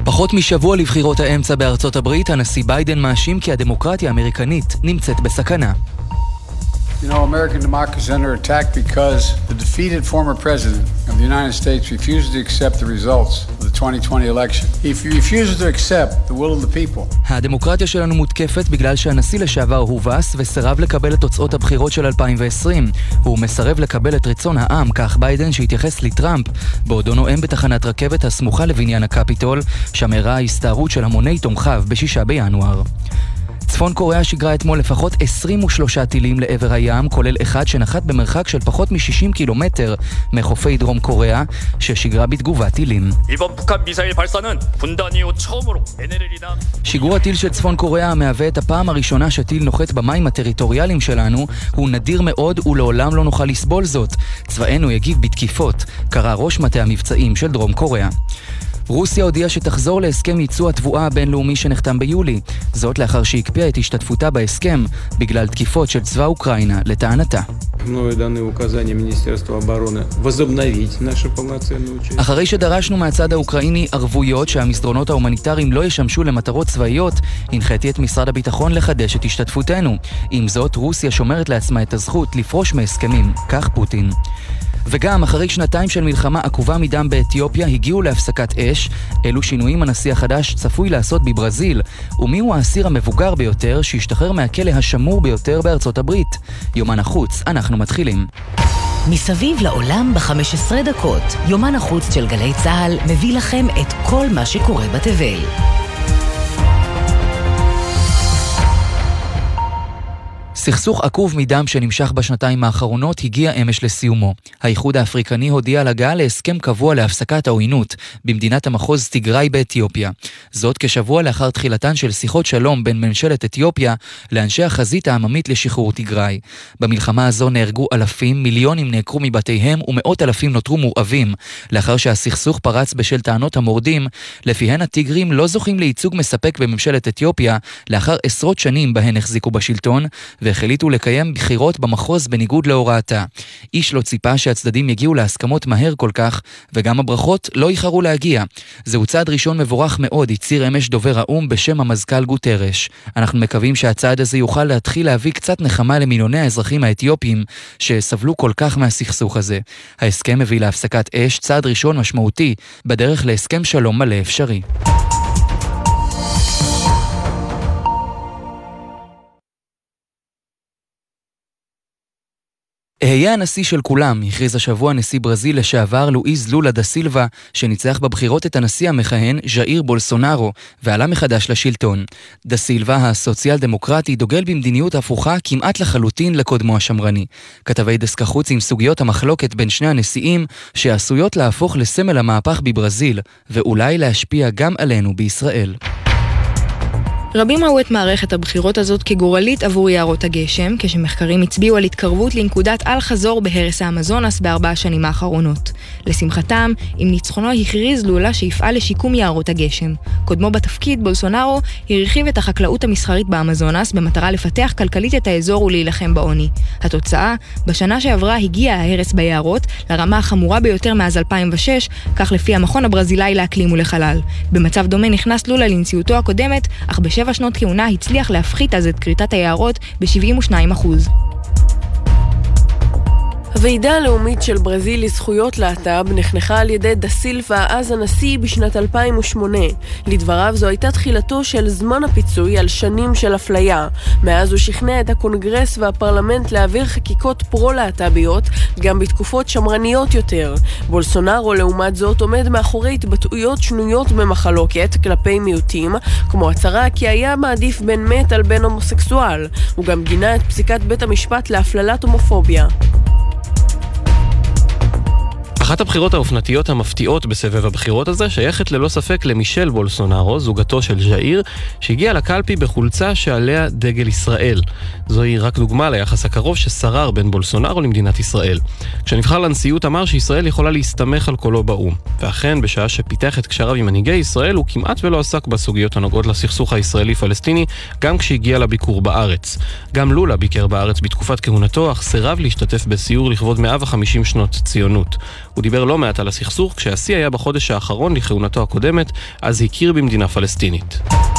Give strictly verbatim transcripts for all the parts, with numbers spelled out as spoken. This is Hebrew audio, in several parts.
פחות משבוע לבחירות האמצע בארצות הברית, הנשיא ביידן מאשים כי הדמוקרטיה האמריקנית נמצאת בסכנה. You know, American democracy is under attack because the defeated former president of the United States refuses to accept the results of the twenty twenty election. He refuses to accept the will of the people. הדמוקרטיה שלנו מותקפת בגלל שהנשיא לשעבר הובס וסירב לקבל את תוצאות הבחירות של אלפיים ועשרים. הוא מסרב לקבל את רצון העם, כך ביידן שהתייחס לטראמפ, בעודו נואם בתחנת רכבת הסמוכה לבניין הקפיטול, שם אירעה ההסתערות של המוני תומכיו בשישה בינואר. צפון קוריאה שיגרה אתמול לפחות עשרים ושלושה טילים לעבר הים, כולל אחד שנחת במרחק של פחות מ-שישים קילומטר מחופי דרום קוריאה, ששיגרה בתגובה טילים. שיגור הטיל של צפון קוריאה מהווה את הפעם הראשונה שטיל נוחת במים הטריטוריאליים שלנו, הוא נדיר מאוד ולעולם לא נוכל לסבול זאת. צבאנו יגיב בתקיפות, קרא ראש מטה המבצעים של דרום קוריאה. רוסיה הודיעה שתחזור להסכם ייצוא התבואה הבינלאומי שנחתם ביולי, זאת לאחר שהקפיאה את השתתפותה בהסכם בגלל תקיפות של צבא אוקראינה לטענתה. אחרי שדרשנו מהצד האוקראיני ערבויות שהמסדרונות ההומניטריים לא ישמשו למטרות צבאיות, הנחיתי את משרד הביטחון לחדש את השתתפותנו. עם זאת, רוסיה שומרת לעצמה את הזכות לפרוש מהסכמים, כך פוטין. וגם אחרי שנתיים של מלחמה עקובה מדם באתיופיה הגיעו להפסקת אש. אלו שינויים הנשיא החדש צפוי לעשות בברזיל, ומי הוא האסיר המבוגר ביותר שהשתחרר מהכלא השמור ביותר בארצות הברית? יומן החוץ, אנחנו מתחילים. מסביב לעולם ב-חמש עשרה דקות, יומן החוץ של גלי צהל מביא לכם את כל מה שקורה בתבל. סכסוך עקוב מדם שנמשך בשנתיים האחרונות הגיע אמש לסיומו. האיחוד האפריקני הודיע על הגעה להסכם קבוע להפסקת העוינות במדינת המחוז טיגריי באתיופיה. זאת כשבוע לאחר תחילתן של שיחות שלום בין ממשלת אתיופיה לאנשי החזית העממית לשחרור טיגריי. במלחמה הזו נהרגו אלפים, מיליונים נעקרו מבתיהם ומאות אלפים נותרו מורעבים, לאחר שהסכסוך פרץ בשל טענות המורדים, לפיהן הטיגרים לא זוכים לייצוג מספק בממשלת אתיופיה לאחר עשרות שנים בהן החזיקו בשלטון, והחליטו לקיים בחירות במחוז בניגוד להוראתה. איש לא ציפה שהצדדים יגיעו להסכמות מהר כל כך, וגם הברכות לא איחרו להגיע. זהו צעד ראשון מבורך מאוד, הצהיר אמש דובר האום בשם המזכ"ל גוטרש. אנחנו מקווים שהצעד הזה יוכל להתחיל להביא קצת נחמה למיליוני האזרחים האתיופיים שסבלו כל כך מהסכסוך הזה. ההסכם מביא להפסקת אש, צעד ראשון משמעותי בדרך להסכם שלום מלא אפשרי. היה הנשיא של כולם, הכריז השבוע נשיא ברזיל לשעבר לואיז לולה דה סילבה, שניצח בבחירות את הנשיא המכהן ז'איר בולסונארו, ועלה מחדש לשלטון. דה סילבה, הסוציאל דמוקרטי, דוגל במדיניות הפוכה כמעט לחלוטין לקודמו השמרני. כתבי דסק החוץ עם סוגיות המחלוקת בין שני הנשיאים, שעשויות להפוך לסמל המהפך בברזיל, ואולי להשפיע גם עלינו בישראל. רבים ראו את מערכת הבחירות הזאת כגורלית עבור יערות הגשם, כשמחקרים הצביעו על התקרבות לנקודת על חזור בהרס האמזונס בארבע השנים האחרונות. לשמחתם, עם ניצחונו הכריז לולה שיפעל לשיקום יערות הגשם. קודמו בתפקיד, בולסונארו הרחיב את החקלאות המסחרית באמזונס במטרה לפתח כלכלית את האזור ולהילחם בעוני. התוצאה, בשנה שעברה הגיע ההרס ביערות לרמה החמורה ביותר מאז אלפיים ושש, כך לפי המכון הברזילאי לאקלים ולחלל. במצב דומה נכנס לולה לנשיאותו הקודמת, אך בשבע שבע שנות כהונה הצליח להפחית אז את כריתת היערות ב-שבעים ושניים אחוז. הוועידה הלאומית של ברזיל לזכויות להט"ב נחנכה על ידי דה סילבה, אז הנשיא, בשנת אלפיים ושמונה. לדבריו זו הייתה תחילתו של זמן הפיצוי על שנים של אפליה. מאז הוא שכנע את הקונגרס והפרלמנט להעביר חקיקות פרו-להט"ביות גם בתקופות שמרניות יותר. בולסונארו לעומת זאת עומד מאחורי התבטאויות שנויות במחלוקת כלפי מיעוטים, כמו הצהרה כי היה מעדיף בן מת על בן הומוסקסואל. הוא גם גינה את פסיקת בית המשפט להפללת הומופוביה. אחת הבחירות האופנתיות המפתיעות בסבב הבחירות הזה שייכת ללא ספק למישל בולסונארו, זוגתו של ז'איר, שהגיע לקלפי בחולצה שעליה דגל ישראל. זוהי רק דוגמה ליחס הקרוב ששרר בין בולסונארו למדינת ישראל. כשנבחר לנשיאות אמר שישראל יכולה להסתמך על קולו באום. ואכן, בשעה שפיתח את קשריו עם מנהיגי ישראל, הוא כמעט ולא עסק בסוגיות הנוגעות לסכסוך הישראלי-פלסטיני, גם כשהגיע לביקור בארץ. גם לולה ביקר בארץ בתקופת כהונתו, אך סירב להשתתף בסיור לכבוד מאה וחמישים שנות ציונות. הוא דיבר לא מעט על הסכסוך, כשהשיא היה בחודש האחרון לכהונתו הקודמת, אז הכיר במדינה פלסטינית.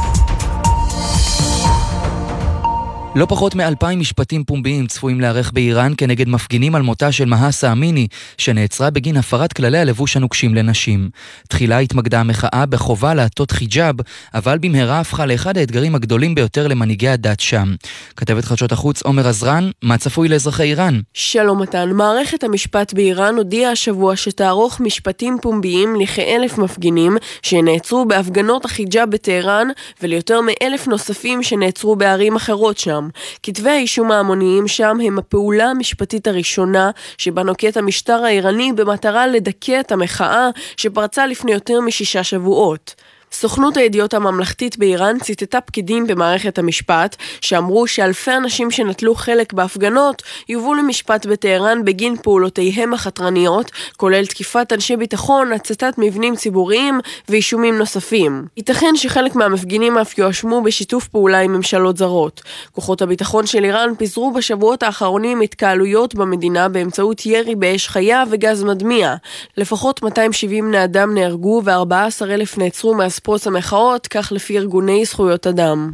לא פחות מאלפיים משפטים פומביים צפויים לערך באיראן כנגד מפגינים על מותה של מהסה אמיני, שנעצרה בגין הפרת כללי הלבוש הנוקשים לנשים. תחילה התמקדה המחאה בחובה לעטות חיג'אב, אבל במהרה הפכה לאחד האתגרים הגדולים ביותר למנהיגי הדת שם. כתבת חדשות החוץ עומר עזרן, מה צפוי לאזרחי איראן? שלום מתן, מערכת המשפט באיראן הודיעה השבוע שתערוך משפטים פומביים לכאלף מפגינים שנעצרו בהפגנות החיג'אב בטהרן, וליותר מאלף נוספים שנעצרו בערים אחרות שם. כתבי האישום ההמוניים שם הם הפעולה המשפטית הראשונה שבה נוקט המשטר האיראני במטרה לדכא את המחאה שפרצה לפני יותר משישה שבועות. סוכנות הידיעות הממלכתית באיראן ציטטה פקידים במערכת המשפט שאמרו שאלפי אנשים שנטלו חלק בהפגנות יובאו למשפט בטהרן בגין פעולותיהם החתרניות, כולל תקיפת אנשי ביטחון, הצתת מבנים ציבוריים ואישומים נוספים. ייתכן שחלק מהמפגינים אף יואשמו בשיתוף פעולה עם ממשלות זרות. כוחות הביטחון של איראן פיזרו בשבועות האחרונים התקהלויות במדינה באמצעות ירי באש חיה וגז מדמיע. לפחות מאתיים ושבעים בני אדם נהרגו ו-ארבעה עשר אלף נעצרו מה פרוץ המחאות, כך לפי ארגוני זכויות אדם.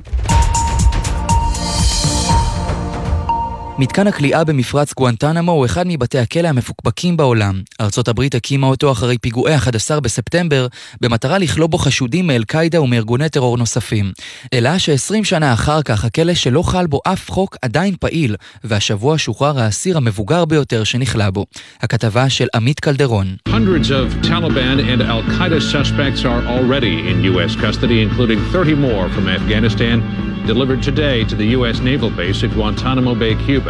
מתקן הכליאה במפרץ גואנטנמו הוא אחד מבתי הכלא המפוקפקים בעולם. ארצות הברית הקימה אותו אחרי פיגועי ה-אחד עשר בספטמבר, במטרה לכלוא בו חשודים מאל-קאידה ומארגוני טרור נוספים. אלא ש-עשרים שנה אחר כך הכלא שלא חל בו אף חוק עדיין פעיל, והשבוע שוחרר האסיר המבוגר ביותר שנכלא בו. הכתבה של עמית קלדרון. Hundreds of Taliban and Al-Qaeda suspects are already in U S custody, including thirty more from Afghanistan, delivered today to the U S Naval Base at Guantanamo Bay, Cuba.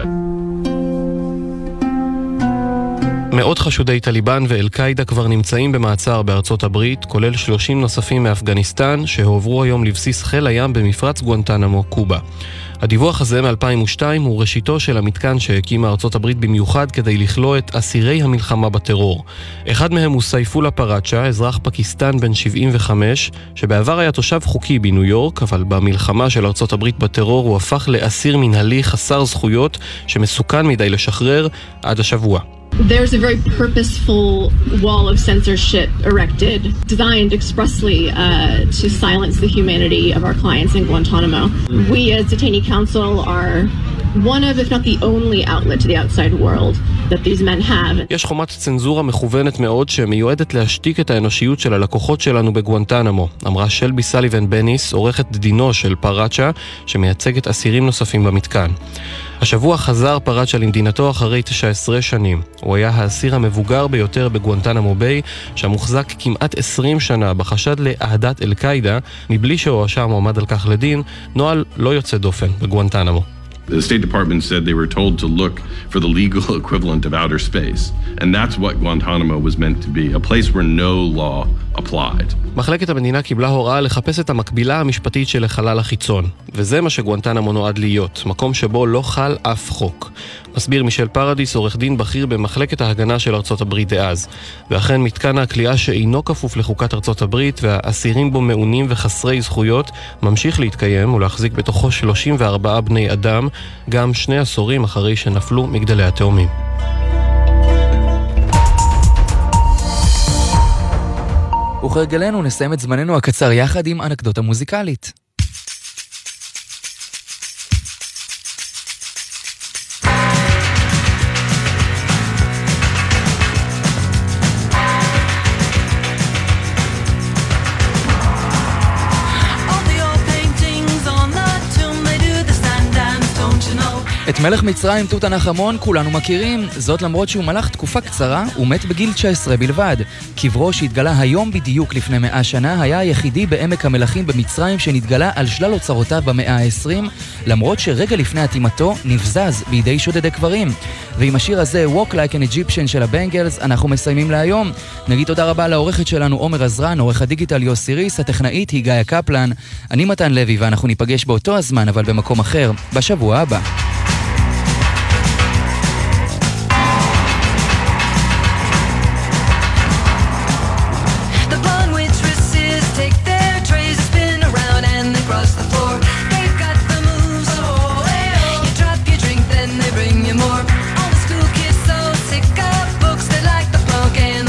מאות חשודי טליבן ואל-קאידה כבר נמצאים במעצר בארצות הברית, כולל שלושים נוספים מאפגניסטן שהועברו היום לבסיס חיל הים במפרץ גואנטנמו, קובה. הדיווח הזה מ-אלפיים ושתיים הוא ראשיתו של המתקן שהקימה ארצות הברית במיוחד כדי לכלוא את אסירי המלחמה בטרור. אחד מהם הוא סייפולה פרצ'ה, אזרח פקיסטן בן שבעים וחמש, שבעבר היה תושב חוקי בניו יורק, אבל במלחמה של ארצות הברית בטרור הוא הפך לאסיר מנהלי חסר זכויות שמסוכן מדי לשחרר עד השבוע. There's a very purposeful wall of censorship erected, designed expressly uh, to silence the humanity of our clients in Guantanamo. We as Detainee Council are one of, if not the only outlet to the outside world that these men have. יש חומת צנזורה מכוונת מאוד שמיועדת להשתיק את האנושיות של הלקוחות שלנו בגואנטנמו, אמרה שלבי סליבן בניס, עורכת דינו של פרצ'ה, שמייצגת אסירים נוספים במתקן. השבוע חזר פרצ'ה למדינתו אחרי תשע עשרה שנים. הוא היה האסיר המבוגר ביותר בגואנטנמו ביי, שמוחזק כמעט עשרים שנה בחשד לאהדת אל-קאידה, מבלי שהואשם עומד על כך לדין, נוהל לא יוצא דופן בגואנטנמו. The State Department said they were told to look for the legal equivalent of outer space. And that's what Guantanamo was meant to be, a place where no law applied. מחלקת המדינה קיבלה הוראה לחפש את המקבילה המשפטית של החלל החיצון. וזה מה שגואנטנמו נועד להיות, מקום שבו לא חל אף חוק. מסביר מישל פרדיס, עורך דין בכיר במחלקת ההגנה של ארצות הברית דאז. ואכן מתקן הכליאה שאינו כפוף לחוקת ארצות הברית והאסירים בו מעונים וחסרי זכויות ממשיך להתקיים ולהחזיק בתוכו שלושים וארבעה בני אדם, גם שני עשורים אחרי שנפלו מגדלי התאומים. וכרגלנו נסיים את זמננו הקצר יחד עם אנקדוטה מוזיקלית. את מלך מצרים תות ענח' אמון כולנו מכירים, זאת למרות שהוא מלך תקופה קצרה ומת בגיל תשע עשרה בלבד. קברו שהתגלה היום בדיוק לפני מאה שנה היה היחידי בעמק המלכים במצרים שנתגלה על שלל אוצרותיו במאה ה-עשרים, למרות שרגע לפני עתימתו נבזז בידי שודדי קברים. ועם השיר הזה Walk Like an Egyptian של הבנגלס אנחנו מסיימים להיום. נגיד תודה רבה לעורכת שלנו עומר עזרן, עורך הדיגיטל יוסי ריס, הטכנאית היא גאיה קפלן, אני מתן לוי ואנחנו ניפגש באותו הזמן אבל במקום אחר בשבוע הבא. Bring you more. All the school kids so sick of books, they like the punk and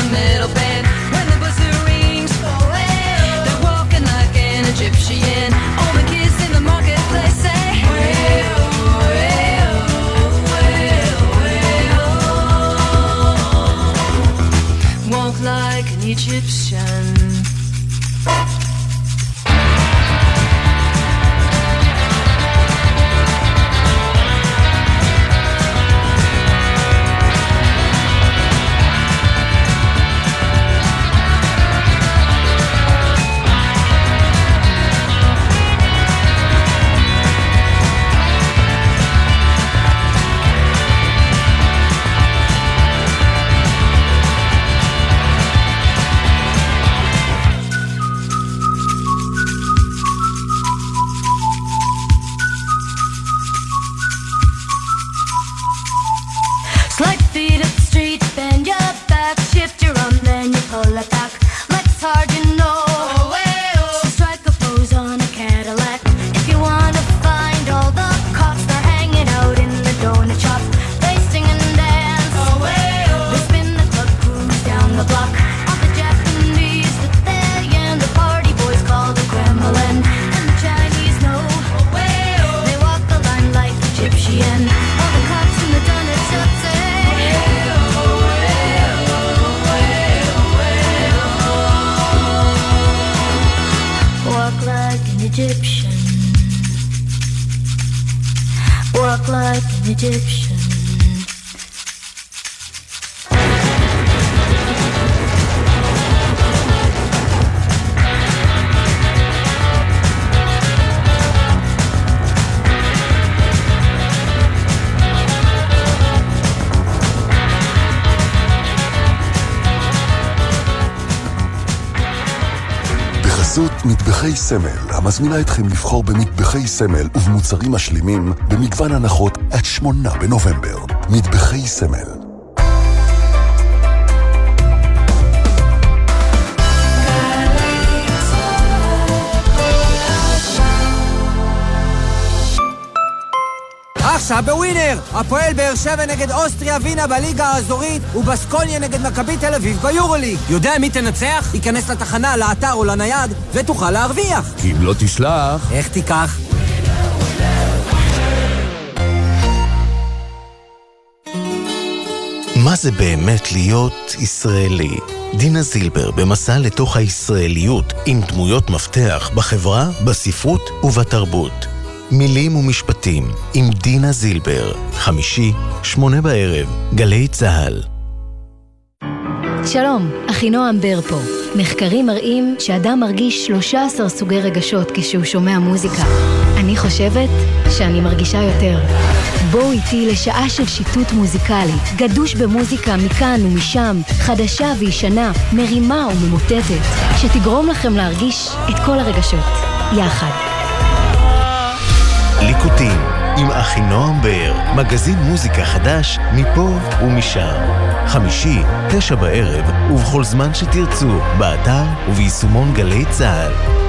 Egyptian. Walk like an Egyptian. בחסות מטבחי סמל, המזמינה אתכם לבחור במטבחי סמל ובמוצרים משלימים במגוון הנחות עד שמונה בנובמבר. מטבחי סמל. עכשיו בווינר, הפועל באר שבע נגד אוסטריה וינה בליגה האזורית ובסקוניה נגד מכבי תל אביב ביורוליג. יודע מי תנצח? ייכנס לתחנה, לאתר או לנייד ותוכל להרוויח. כי אם לא תשלח... איך תיקח? מה זה באמת להיות ישראלי? דינה זילבר במסע לתוך הישראליות עם דמויות מפתח בחברה, בספרות ובתרבות. מילים ומשפטים עם דינה זילבר, חמישי, שמונה בערב, גלי צהל. שלום, אחינועם בר פה. מחקרים מראים שאדם מרגיש שלושה עשר סוגי רגשות כשהוא שומע מוזיקה. אני חושבת שאני מרגישה יותר. בואו איתי לשעה של שיטוט מוזיקלי, גדוש במוזיקה מכאן ומשם, חדשה וישנה, מרימה וממוטטת, שתגרום לכם להרגיש את כל הרגשות, יחד. ליקוטים עם אחינועם בר, מגזין מוזיקה חדש מפה ומשם. חמישי, תשע בערב, ובכל זמן שתרצו, באתר וביישומון גלי צהל.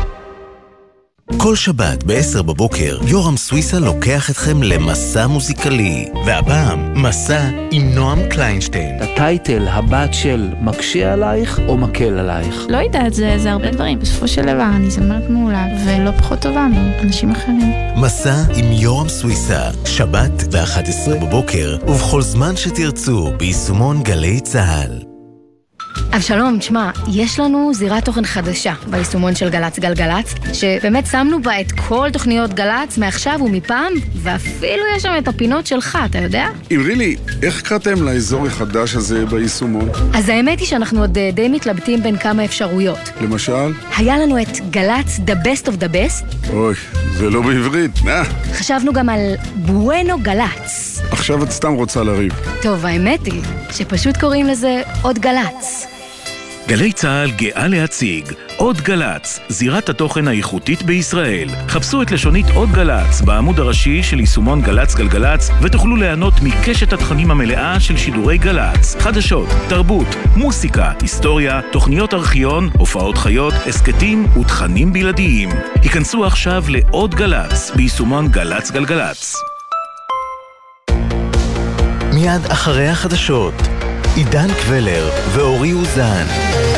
כל שבת בעשר בבוקר, יורם סוויסה לוקח אתכם למסע מוזיקלי. והפעם, מסע עם נועם קליינשטיין. הטייטל, הבת של, מקשה עלייך או מקל עלייך? לא יודעת, זה, זה הרבה דברים. בסופו של דבר, אני זמרת מעולה, ולא פחות טובה מאנשים אחרים. מסע עם יורם סוויסה, שבת ב-אחת עשרה בבוקר, ובכל זמן שתרצו, ביישומון גלי צהל. אבשלום, תשמע, יש לנו זירת תוכן חדשה ביישומון של גלץ גלגלץ, שבאמת שמנו בה את כל תוכניות גלץ מעכשיו ומפעם, ואפילו יש שם את הפינות שלך, אתה יודע? אמרי לי, איך קראתם לאזור החדש הזה ביישומון? אז האמת היא שאנחנו עוד די מתלבטים בין כמה אפשרויות. למשל? היה לנו את גלץ The Best of the Best. אוי, זה לא בעברית, אה? חשבנו גם על בואנו גלץ. עכשיו את סתם רוצה לריב. טוב, האמת היא שפשוט קוראים לזה עוד גלץ. גלי צהל גאה להציג עוד גלץ, זירת התוכן האיכותית בישראל. חפשו את לשונית עוד גלץ בעמוד הראשי של יישומון גלץ גלגלץ ותוכלו ליהנות מקשת התכנים המלאה של שידורי גלץ. חדשות, תרבות, מוסיקה, היסטוריה, תוכניות ארכיון, הופעות חיות, הסקטים ותכנים בלעדיים. היכנסו עכשיו לעוד גלץ ביישומון גלץ גלגלץ. מיד אחרי החדשות, עידן קבלר ואורי אוזן.